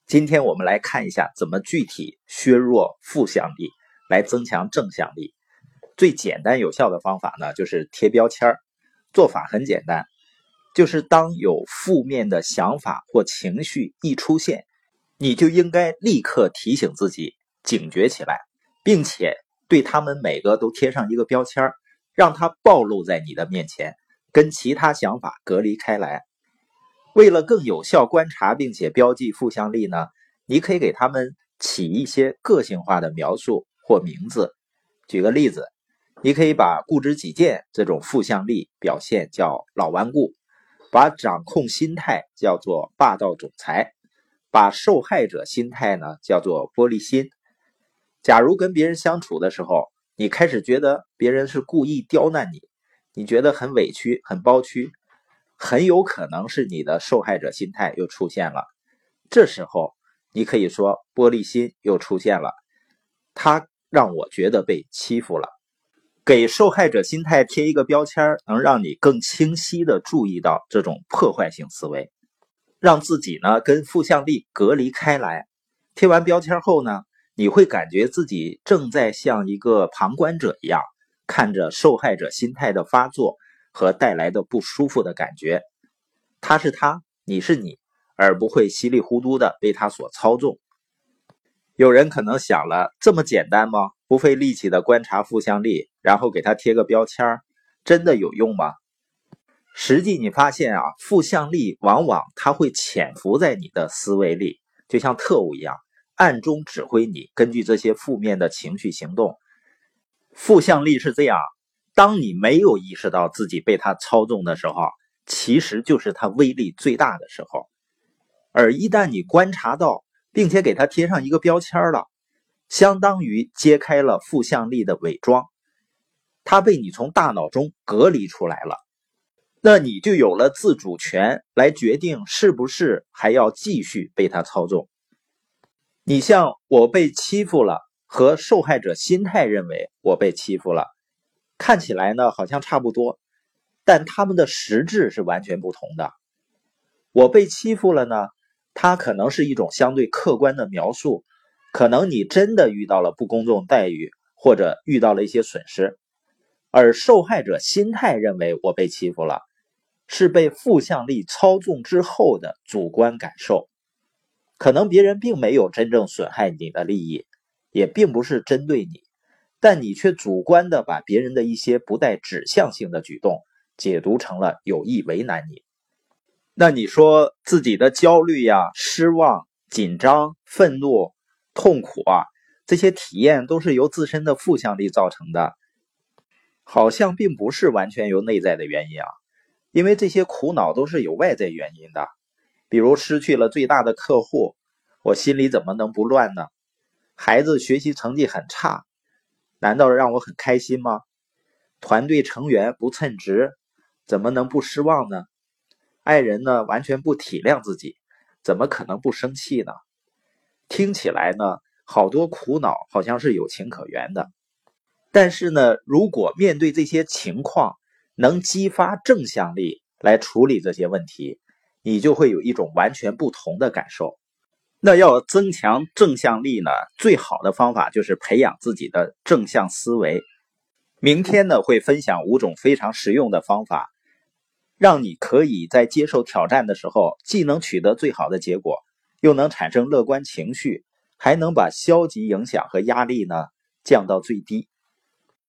今天我们来看一下怎么具体削弱负向力来增强正向力。最简单有效的方法呢，就是贴标签。做法很简单，就是当有负面的想法或情绪一出现，你就应该立刻提醒自己警觉起来，并且对他们每个都贴上一个标签，让它暴露在你的面前，跟其他想法隔离开来。为了更有效观察并且标记负向力呢，你可以给他们起一些个性化的描述或名字。举个例子，你可以把固执己见这种负向力表现叫老顽固，把掌控心态叫做霸道总裁，把受害者心态呢叫做玻璃心。假如跟别人相处的时候，你开始觉得别人是故意刁难你，你觉得很委屈很包屈，很有可能是你的受害者心态又出现了。这时候你可以说玻璃心又出现了，他让我觉得被欺负了。给受害者心态贴一个标签，能让你更清晰地注意到这种破坏性思维，让自己呢跟负向力隔离开来。贴完标签后呢，你会感觉自己正在像一个旁观者一样，看着受害者心态的发作和带来的不舒服的感觉。他是他，你是你，而不会稀里糊涂的被他所操纵。有人可能想了，这么简单吗？不费力气的观察负向力，然后给他贴个标签，真的有用吗？实际你发现负向力往往它会潜伏在你的思维里，就像特务一样，暗中指挥你根据这些负面的情绪行动。负向力是这样，当你没有意识到自己被它操纵的时候，其实就是它威力最大的时候。而一旦你观察到并且给它贴上一个标签了，相当于揭开了负向力的伪装，它被你从大脑中隔离出来了，那你就有了自主权来决定是不是还要继续被它操纵。你像我被欺负了和受害者心态认为我被欺负了，看起来呢好像差不多，但他们的实质是完全不同的。我被欺负了呢，它可能是一种相对客观的描述，可能你真的遇到了不公正待遇，或者遇到了一些损失。而受害者心态认为我被欺负了，是被负向力操纵之后的主观感受。可能别人并没有真正损害你的利益，也并不是针对你，但你却主观的把别人的一些不带指向性的举动解读成了有意为难你。那你说自己的焦虑失望、紧张、愤怒、痛苦这些体验都是由自身的负向力造成的，好像并不是完全由内在的原因因为这些苦恼都是有外在原因的。比如失去了最大的客户，我心里怎么能不乱呢？孩子学习成绩很差，难道让我很开心吗？团队成员不称职，怎么能不失望呢？爱人呢完全不体谅自己，怎么可能不生气呢？听起来呢，好多苦恼好像是有情可原的。但是呢，如果面对这些情况，能激发正向力来处理这些问题，你就会有一种完全不同的感受。那要增强正向力呢，最好的方法就是培养自己的正向思维。明天呢，会分享5种非常实用的方法，让你可以在接受挑战的时候，既能取得最好的结果，又能产生乐观情绪，还能把消极影响和压力呢降到最低。